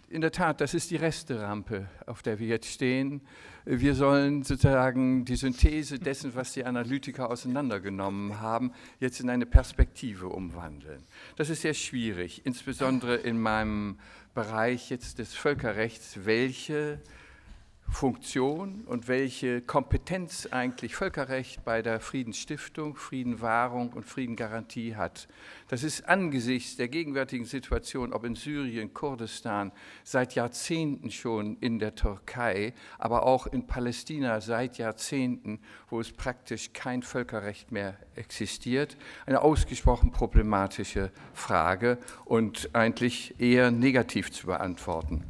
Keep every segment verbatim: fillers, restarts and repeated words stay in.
in der Tat, das ist die Resterampe, auf der wir jetzt stehen. Wir sollen sozusagen die Synthese dessen, was die Analytiker auseinandergenommen haben, jetzt in eine Perspektive umwandeln. Das ist sehr schwierig, insbesondere in meinem Bereich jetzt des Völkerrechts, welche Funktion und welche Kompetenz eigentlich Völkerrecht bei der Friedensstiftung, Friedenwahrung und Friedengarantie hat. Das ist angesichts der gegenwärtigen Situation, ob in Syrien, Kurdistan, seit Jahrzehnten schon in der Türkei, aber auch in Palästina seit Jahrzehnten, wo es praktisch kein Völkerrecht mehr existiert, eine ausgesprochen problematische Frage und eigentlich eher negativ zu beantworten.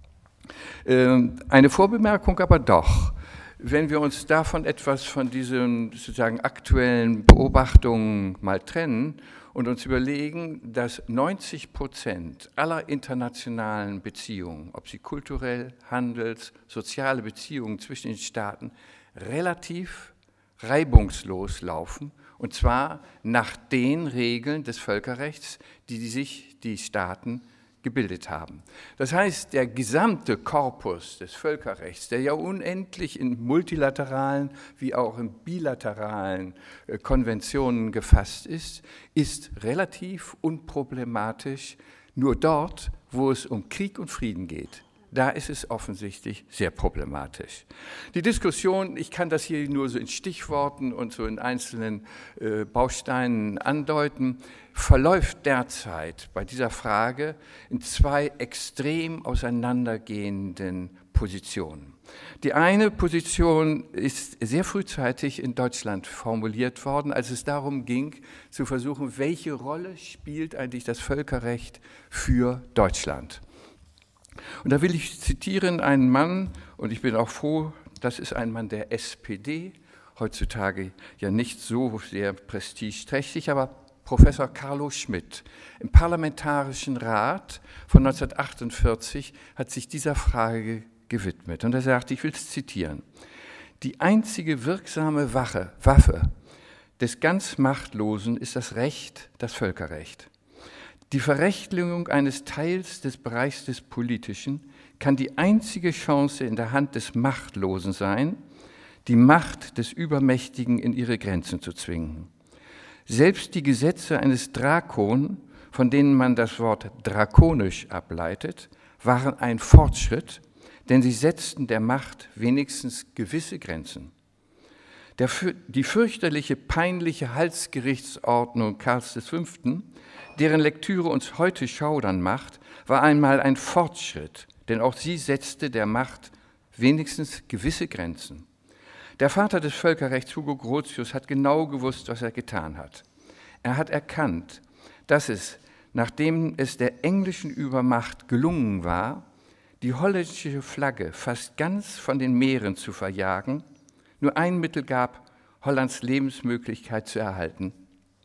Eine Vorbemerkung aber doch, wenn wir uns davon etwas von diesen sozusagen aktuellen Beobachtungen mal trennen und uns überlegen, dass neunzig Prozent aller internationalen Beziehungen, ob sie kulturell, handels-, soziale Beziehungen zwischen den Staaten, relativ reibungslos laufen, und zwar nach den Regeln des Völkerrechts, die sich die Staaten gebildet haben. Das heißt, der gesamte Korpus des Völkerrechts, der ja unendlich in multilateralen wie auch in bilateralen Konventionen gefasst ist, ist relativ unproblematisch nur dort, wo es um Krieg und Frieden geht. Da ist es offensichtlich sehr problematisch. Die Diskussion, ich kann das hier nur so in Stichworten und so in einzelnen äh, Bausteinen andeuten, verläuft derzeit bei dieser Frage in zwei extrem auseinandergehenden Positionen. Die eine Position ist sehr frühzeitig in Deutschland formuliert worden, als es darum ging, zu versuchen, welche Rolle spielt eigentlich das Völkerrecht für Deutschland. Und da will ich zitieren einen Mann, und ich bin auch froh, das ist ein Mann der S P D, heutzutage ja nicht so sehr prestigeträchtig, aber Professor Carlo Schmitt. Im Parlamentarischen Rat von neunzehnhundertachtundvierzig hat sich dieser Frage gewidmet. Und er sagt, ich will es zitieren: Die einzige wirksame Wache, Waffe des ganz Machtlosen ist das Recht, das Völkerrecht. Die Verrechtlichung eines Teils des Bereichs des Politischen kann die einzige Chance in der Hand des Machtlosen sein, die Macht des Übermächtigen in ihre Grenzen zu zwingen. Selbst die Gesetze eines Drakon, von denen man das Wort drakonisch ableitet, waren ein Fortschritt, denn sie setzten der Macht wenigstens gewisse Grenzen. Der, die fürchterliche, peinliche Halsgerichtsordnung Karls des Fünften, deren Lektüre uns heute schaudern macht, war einmal ein Fortschritt, denn auch sie setzte der Macht wenigstens gewisse Grenzen. Der Vater des Völkerrechts, Hugo Grotius, hat genau gewusst, was er getan hat. Er hat erkannt, dass es, nachdem es der englischen Übermacht gelungen war, die holländische Flagge fast ganz von den Meeren zu verjagen, nur ein Mittel gab, Hollands Lebensmöglichkeit zu erhalten,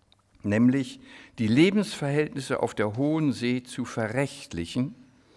nämlich die Lebensverhältnisse auf der Hohen See zu verrechtlichen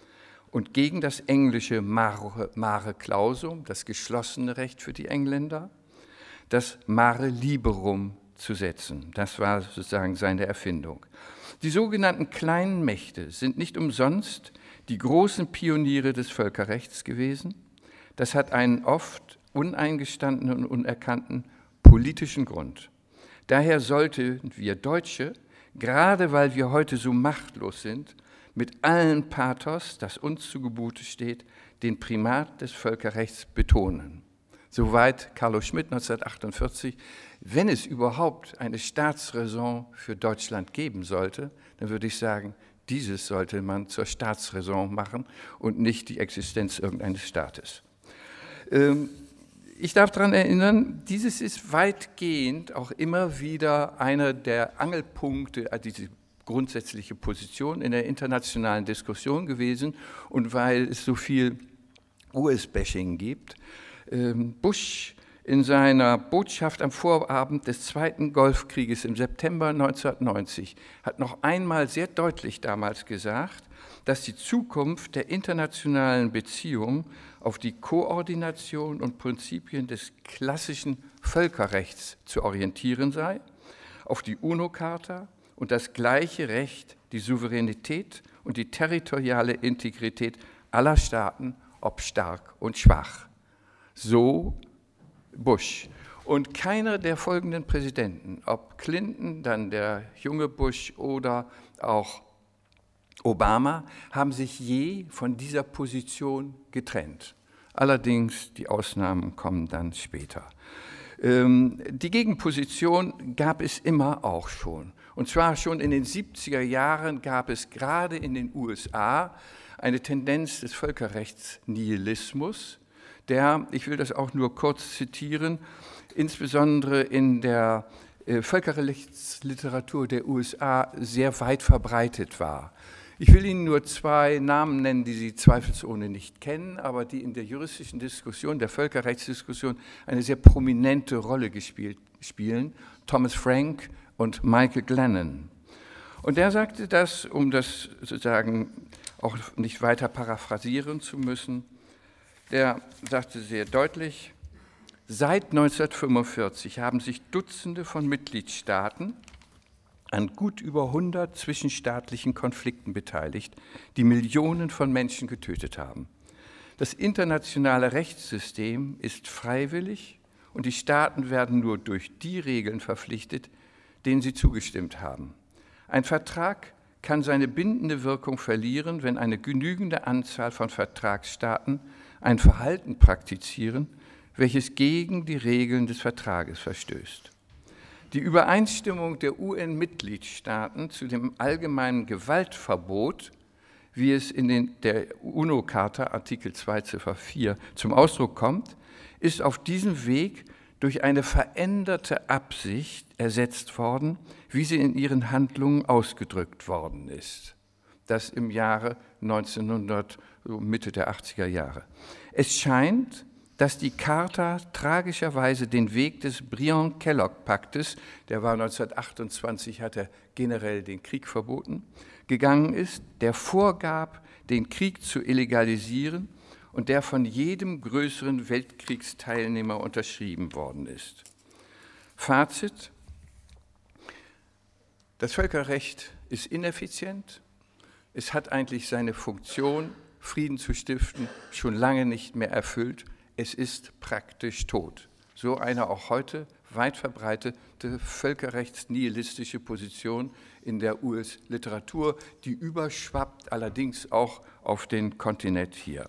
und gegen das englische Mare, Mare Clausum, das geschlossene Recht für die Engländer, das Mare Liberum zu setzen. Das war sozusagen seine Erfindung. Die sogenannten kleinen Mächte sind nicht umsonst die großen Pioniere des Völkerrechts gewesen. Das hat einen oft uneingestandenen und unerkannten politischen Grund. Daher sollten wir Deutsche, gerade weil wir heute so machtlos sind, mit allen Pathos, das uns zu Gebote steht, den Primat des Völkerrechts betonen. Soweit Carlo Schmitt neunzehnhundertachtundvierzig. Wenn es überhaupt eine Staatsräson für Deutschland geben sollte, dann würde ich sagen, dieses sollte man zur Staatsräson machen und nicht die Existenz irgendeines Staates. Ähm, Ich darf daran erinnern, dieses ist weitgehend auch immer wieder einer der Angelpunkte, also diese grundsätzliche Position in der internationalen Diskussion gewesen. Und weil es so viel U S-Bashing gibt, Bush in seiner Botschaft am Vorabend des Zweiten Golfkrieges im September neunzehnhundertneunzig hat noch einmal sehr deutlich damals gesagt, dass die Zukunft der internationalen Beziehungen auf die Koordination und Prinzipien des klassischen Völkerrechts zu orientieren sei, auf die UNO-Charta und das gleiche Recht, die Souveränität und die territoriale Integrität aller Staaten, ob stark und schwach. So Bush. Und keiner der folgenden Präsidenten, ob Clinton, dann der junge Bush oder auch Obama, haben sich je von dieser Position getrennt. Allerdings, die Ausnahmen kommen dann später. Die Gegenposition gab es immer auch schon. Und zwar schon in den siebziger Jahren gab es gerade in den U S A eine Tendenz des Völkerrechtsnihilismus, der, ich will das auch nur kurz zitieren, insbesondere in der Völkerrechtsliteratur der U S A sehr weit verbreitet war. Ich will Ihnen nur zwei Namen nennen, die Sie zweifelsohne nicht kennen, aber die in der juristischen Diskussion, der Völkerrechtsdiskussion eine sehr prominente Rolle gespielt, spielen, Thomas Frank und Michael Glennon. Und der sagte das, um das sozusagen auch nicht weiter paraphrasieren zu müssen, der sagte sehr deutlich, seit neunzehnhundertfünfundvierzig haben sich Dutzende von Mitgliedstaaten an gut über hundert zwischenstaatlichen Konflikten beteiligt, die Millionen von Menschen getötet haben. Das internationale Rechtssystem ist freiwillig und die Staaten werden nur durch die Regeln verpflichtet, denen sie zugestimmt haben. Ein Vertrag kann seine bindende Wirkung verlieren, wenn eine genügende Anzahl von Vertragsstaaten ein Verhalten praktizieren, welches gegen die Regeln des Vertrages verstößt. Die Übereinstimmung der U N-Mitgliedstaaten zu dem allgemeinen Gewaltverbot, wie es in den, der UNO-Charta, Artikel zwei Ziffer vier, zum Ausdruck kommt, ist auf diesem Weg durch eine veränderte Absicht ersetzt worden, wie sie in ihren Handlungen ausgedrückt worden ist. Das im Jahre neunzehnhundert, so Mitte der achtziger Jahre. Es scheint, dass die Charta tragischerweise den Weg des Briand-Kellogg-Paktes, der war neunzehnhundertachtundzwanzig, hat er generell den Krieg verboten, gegangen ist, der vorgab, den Krieg zu illegalisieren und der von jedem größeren Weltkriegsteilnehmer unterschrieben worden ist. Fazit: Das Völkerrecht ist ineffizient, es hat eigentlich seine Funktion, Frieden zu stiften, schon lange nicht mehr erfüllt. Es ist praktisch tot. So eine auch heute weit verbreitete völkerrechtsnihilistische Position in der U S-Literatur, die überschwappt allerdings auch auf den Kontinent hier.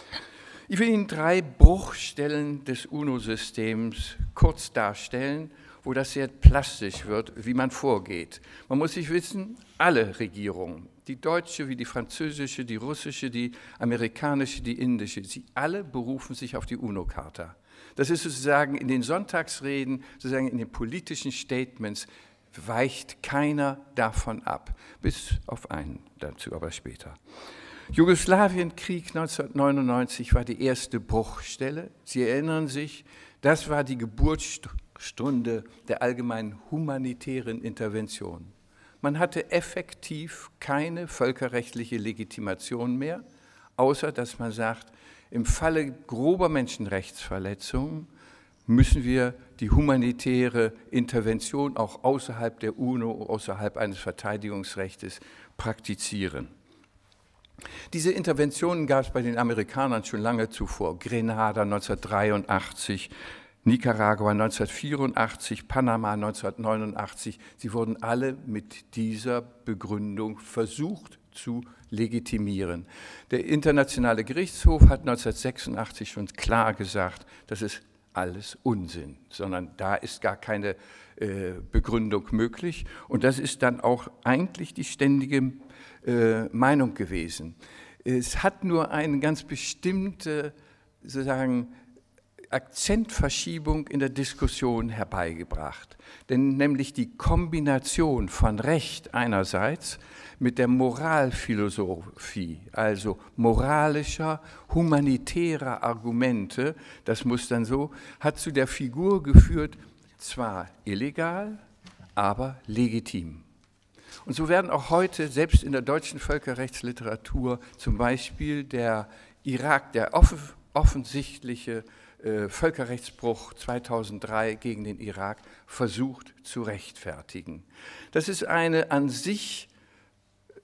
Ich will Ihnen drei Bruchstellen des UNO-Systems kurz darstellen, wo das sehr plastisch wird, wie man vorgeht. Man muss sich wissen, alle Regierungen, die deutsche wie die französische, die russische, die amerikanische, die indische, sie alle berufen sich auf die UNO-Charta. Das ist sozusagen in den Sonntagsreden, sozusagen in den politischen Statements, weicht keiner davon ab, bis auf einen, dazu aber später. Jugoslawienkrieg neunzehnhundertneunundneunzig war die erste Bruchstelle. Sie erinnern sich, das war die Geburtsstunde der allgemeinen humanitären Intervention. Man hatte effektiv keine völkerrechtliche Legitimation mehr, außer dass man sagt, im Falle grober Menschenrechtsverletzungen müssen wir die humanitäre Intervention auch außerhalb der UNO, außerhalb eines Verteidigungsrechts praktizieren. Diese Interventionen gab es bei den Amerikanern schon lange zuvor. Grenada neunzehnhundertdreiundachtzig, Nicaragua neunzehnhundertvierundachtzig, Panama neunzehnhundertneunundachtzig. Sie wurden alle mit dieser Begründung versucht zu legitimieren. Der Internationale Gerichtshof hat neunzehnhundertsechsundachtzig schon klar gesagt, das ist alles Unsinn, sondern da ist gar keine äh, Begründung möglich. Und das ist dann auch eigentlich die ständige äh, Meinung gewesen. Es hat nur eine ganz bestimmte, sozusagen, Akzentverschiebung in der Diskussion herbeigebracht. Denn nämlich die Kombination von Recht einerseits mit der Moralphilosophie, also moralischer, humanitärer Argumente, das muss dann so, hat zu der Figur geführt, zwar illegal, aber legitim. Und so werden auch heute, selbst in der deutschen Völkerrechtsliteratur, zum Beispiel der Irak, der off- offensichtliche äh, Völkerrechtsbruch zweitausenddrei gegen den Irak, versucht zu rechtfertigen. Das ist eine an sich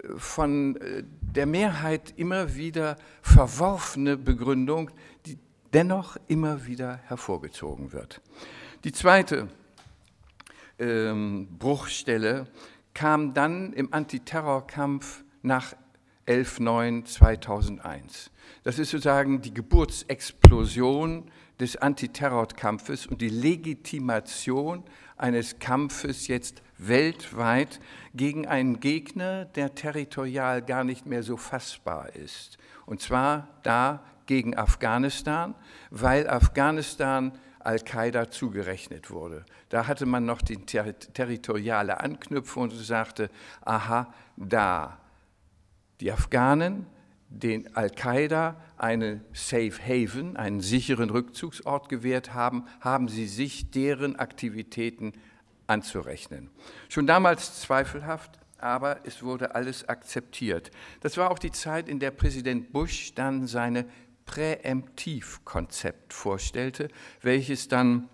von der Mehrheit immer wieder verworfene Begründung, die dennoch immer wieder hervorgezogen wird. Die zweite ähm, Bruchstelle kam dann im Antiterrorkampf nach elf neun zweitausendeins. Das ist sozusagen die Geburtsexplosion des Antiterrorkampfes und die Legitimation eines Kampfes jetzt weltweit gegen einen Gegner, der territorial gar nicht mehr so fassbar ist. Und zwar da gegen Afghanistan, weil Afghanistan Al-Qaida zugerechnet wurde. Da hatte man noch die ter territoriale Anknüpfung und sagte, aha, da die Afghanen, den Al-Qaida einen Safe Haven, einen sicheren Rückzugsort gewährt haben, haben sie sich deren Aktivitäten anzurechnen. Schon damals zweifelhaft, aber es wurde alles akzeptiert. Das war auch die Zeit, in der Präsident Bush dann seine Präemptivkonzept vorstellte, welches dann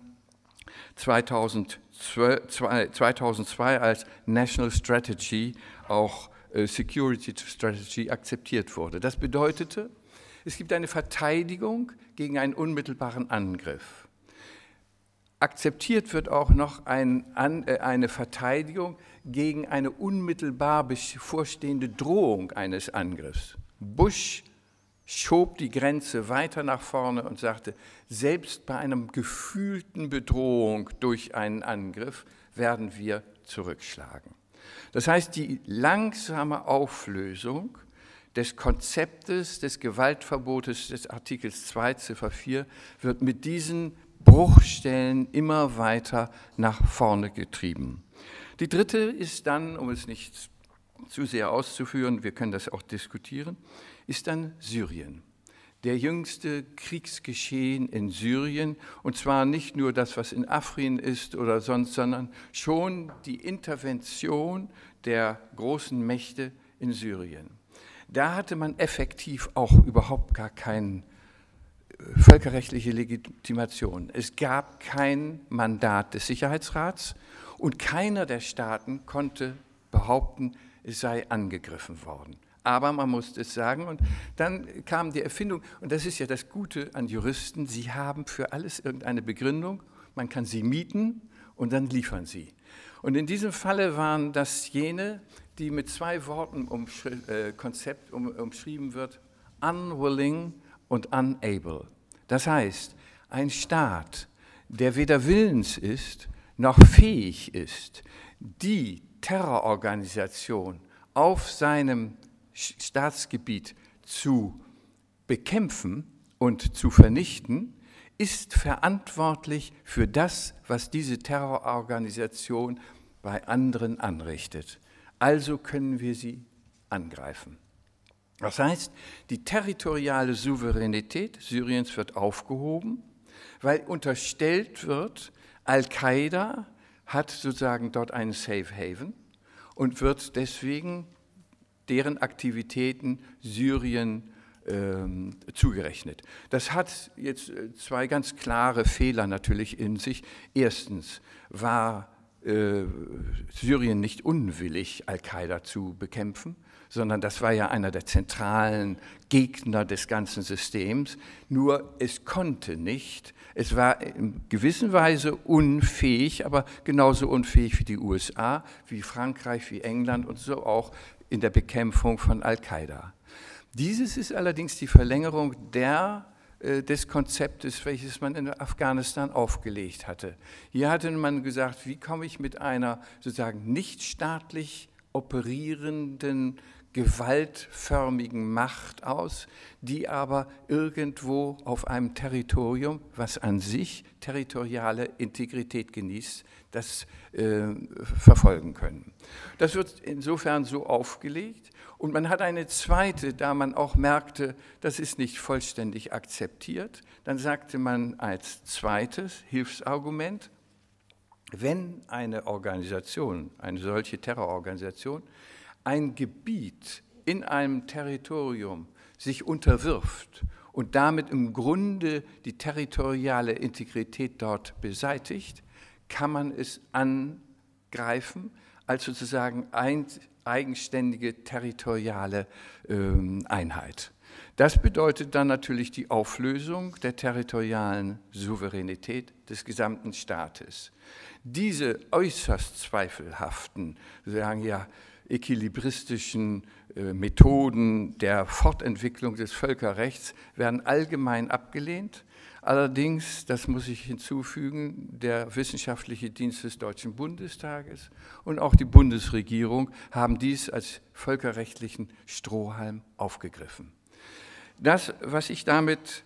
zweitausendzwei als National Strategy, auch Security Strategy, akzeptiert wurde. Das bedeutete, es gibt eine Verteidigung gegen einen unmittelbaren Angriff. Akzeptiert wird auch noch ein, eine Verteidigung gegen eine unmittelbar bevorstehende Drohung eines Angriffs. Bush schob die Grenze weiter nach vorne und sagte, selbst bei einer gefühlten Bedrohung durch einen Angriff werden wir zurückschlagen. Das heißt, die langsame Auflösung des Konzeptes des Gewaltverbotes des Artikels zwei Ziffer vier wird mit diesen Bruchstellen immer weiter nach vorne getrieben. Die dritte ist dann, um es nicht zu sehr auszuführen, wir können das auch diskutieren, ist dann Syrien. Der jüngste Kriegsgeschehen in Syrien, und zwar nicht nur das, was in Afrin ist oder sonst, sondern schon die Intervention der großen Mächte in Syrien. Da hatte man effektiv auch überhaupt gar keine völkerrechtliche Legitimation. Es gab kein Mandat des Sicherheitsrats und keiner der Staaten konnte behaupten, es sei angegriffen worden. Aber man musste es sagen und dann kam die Erfindung, und das ist ja das Gute an Juristen, sie haben für alles irgendeine Begründung, man kann sie mieten und dann liefern sie. Und in diesem Falle waren das jene, die mit zwei Worten umschri äh, Konzept um, umschrieben wird, unwilling und unable. Das heißt, ein Staat, der weder willens ist, noch fähig ist, die Terrororganisation auf seinem Staatsgebiet zu bekämpfen und zu vernichten, ist verantwortlich für das, was diese Terrororganisation bei anderen anrichtet. Also können wir sie angreifen. Das heißt, die territoriale Souveränität Syriens wird aufgehoben, weil unterstellt wird, Al-Qaida hat sozusagen dort einen Safe Haven und wird deswegen deren Aktivitäten Syrien ähm, zugerechnet. Das hat jetzt zwei ganz klare Fehler natürlich in sich. Erstens war äh, Syrien nicht unwillig, Al-Qaida zu bekämpfen, sondern das war ja einer der zentralen Gegner des ganzen Systems. Nur es konnte nicht, es war in gewisser Weise unfähig, aber genauso unfähig wie die U S A, wie Frankreich, wie England und so auch in der Bekämpfung von Al-Qaida. Dieses ist allerdings die Verlängerung der, äh, des Konzeptes, welches man in Afghanistan aufgelegt hatte. Hier hatte man gesagt, wie komme ich mit einer sozusagen nicht staatlich operierenden, gewaltförmigen Macht aus, die aber irgendwo auf einem Territorium, was an sich territoriale Integrität genießt, das äh, verfolgen können. Das wird insofern so aufgelegt und man hat eine zweite, da man auch merkte, das ist nicht vollständig akzeptiert, dann sagte man als zweites Hilfsargument, wenn eine Organisation, eine solche Terrororganisation, ein Gebiet in einem Territorium sich unterwirft und damit im Grunde die territoriale Integrität dort beseitigt, kann man es angreifen als sozusagen ein, eigenständige territoriale ähm, Einheit. Das bedeutet dann natürlich die Auflösung der territorialen Souveränität des gesamten Staates. Diese äußerst zweifelhaften, sagen ja, equilibristischen äh, Methoden der Fortentwicklung des Völkerrechts werden allgemein abgelehnt. Allerdings, das muss ich hinzufügen, der Wissenschaftliche Dienst des Deutschen Bundestages und auch die Bundesregierung haben dies als völkerrechtlichen Strohhalm aufgegriffen. Das, was ich damit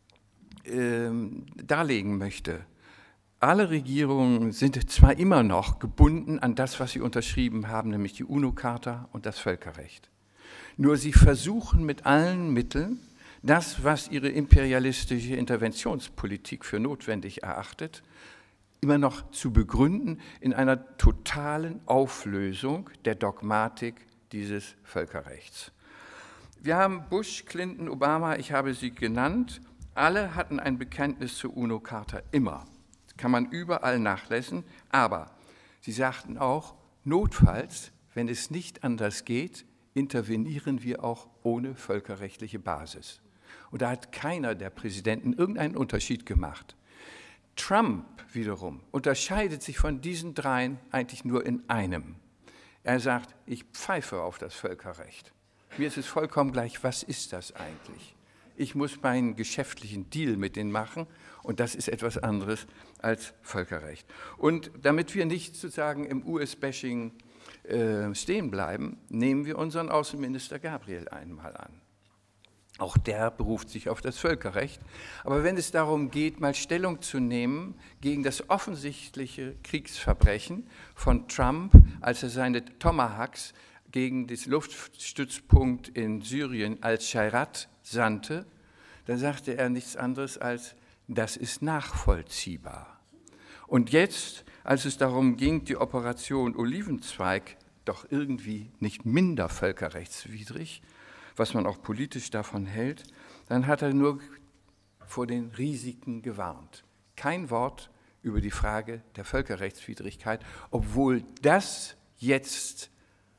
äh, darlegen möchte, alle Regierungen sind zwar immer noch gebunden an das, was sie unterschrieben haben, nämlich die UNO-Charta und das Völkerrecht. Nur sie versuchen mit allen Mitteln, das, was ihre imperialistische Interventionspolitik für notwendig erachtet, immer noch zu begründen in einer totalen Auflösung der Dogmatik dieses Völkerrechts. Wir haben Bush, Clinton, Obama, ich habe sie genannt, alle hatten ein Bekenntnis zur UNO-Charta, immer. Das kann man überall nachlesen, aber sie sagten auch, notfalls, wenn es nicht anders geht, intervenieren wir auch ohne völkerrechtliche Basis. Und da hat keiner der Präsidenten irgendeinen Unterschied gemacht. Trump wiederum unterscheidet sich von diesen dreien eigentlich nur in einem. Er sagt, ich pfeife auf das Völkerrecht. Mir ist es vollkommen gleich, was ist das eigentlich? Ich muss meinen geschäftlichen Deal mit denen machen und das ist etwas anderes als Völkerrecht. Und damit wir nicht sozusagen im U S-Bashing äh, stehen bleiben, nehmen wir unseren Außenminister Gabriel einmal an. Auch der beruft sich auf das Völkerrecht. Aber wenn es darum geht, mal Stellung zu nehmen gegen das offensichtliche Kriegsverbrechen von Trump, als er seine Tomahawks gegen den Luftstützpunkt in Syrien al-Shairat sandte, dann sagte er nichts anderes als, das ist nachvollziehbar. Und jetzt, als es darum ging, die Operation Olivenzweig doch irgendwie nicht minder völkerrechtswidrig, was man auch politisch davon hält, dann hat er nur vor den Risiken gewarnt. Kein Wort über die Frage der Völkerrechtswidrigkeit, obwohl das jetzt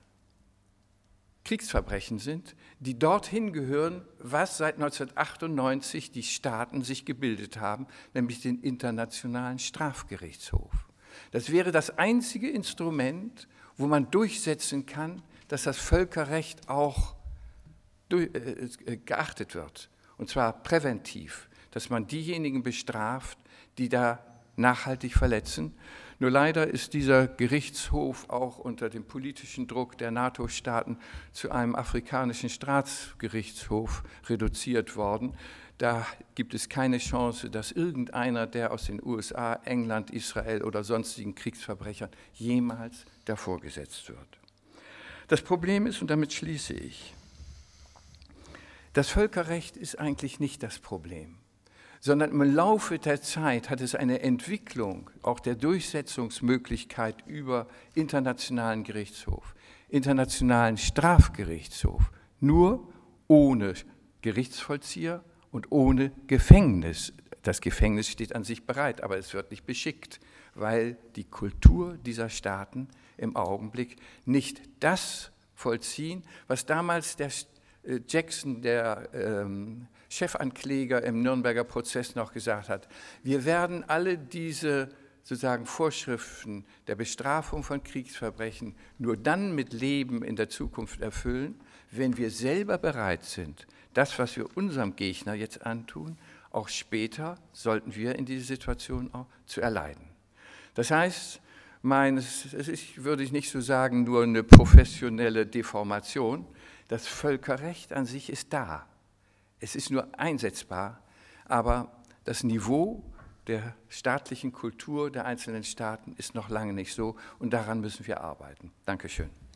Kriegsverbrechen sind, die dorthin gehören, was seit neunzehnhundertachtundneunzig die Staaten sich gebildet haben, nämlich den Internationalen Strafgerichtshof. Das wäre das einzige Instrument, wo man durchsetzen kann, dass das Völkerrecht auch geachtet wird, und zwar präventiv, dass man diejenigen bestraft, die da nachhaltig verletzen. Nur leider ist dieser Gerichtshof auch unter dem politischen Druck der NATO-Staaten zu einem afrikanischen Staatsgerichtshof reduziert worden. Da gibt es keine Chance, dass irgendeiner, der aus den U S A, England, Israel oder sonstigen Kriegsverbrechern jemals davor gesetzt wird. Das Problem ist, und damit schließe ich, das Völkerrecht ist eigentlich nicht das Problem, sondern im Laufe der Zeit hat es eine Entwicklung auch der Durchsetzungsmöglichkeit über internationalen Gerichtshof, internationalen Strafgerichtshof, nur ohne Gerichtsvollzieher und ohne Gefängnis. Das Gefängnis steht an sich bereit, aber es wird nicht beschickt, weil die Kultur dieser Staaten im Augenblick nicht das vollziehen, was damals der Jackson, der ähm, Chefankläger im Nürnberger Prozess, noch gesagt hat. Wir werden alle diese sozusagen Vorschriften der Bestrafung von Kriegsverbrechen nur dann mit Leben in der Zukunft erfüllen, wenn wir selber bereit sind, das, was wir unserem Gegner jetzt antun, auch später sollten wir in diese Situation auch zu erleiden. Das heißt, meines, es ist, würde ich nicht so sagen, nur eine professionelle Deformation. Das Völkerrecht an sich ist da. Es ist nur einsetzbar, aber das Niveau der staatlichen Kultur der einzelnen Staaten ist noch lange nicht so und daran müssen wir arbeiten. Dankeschön.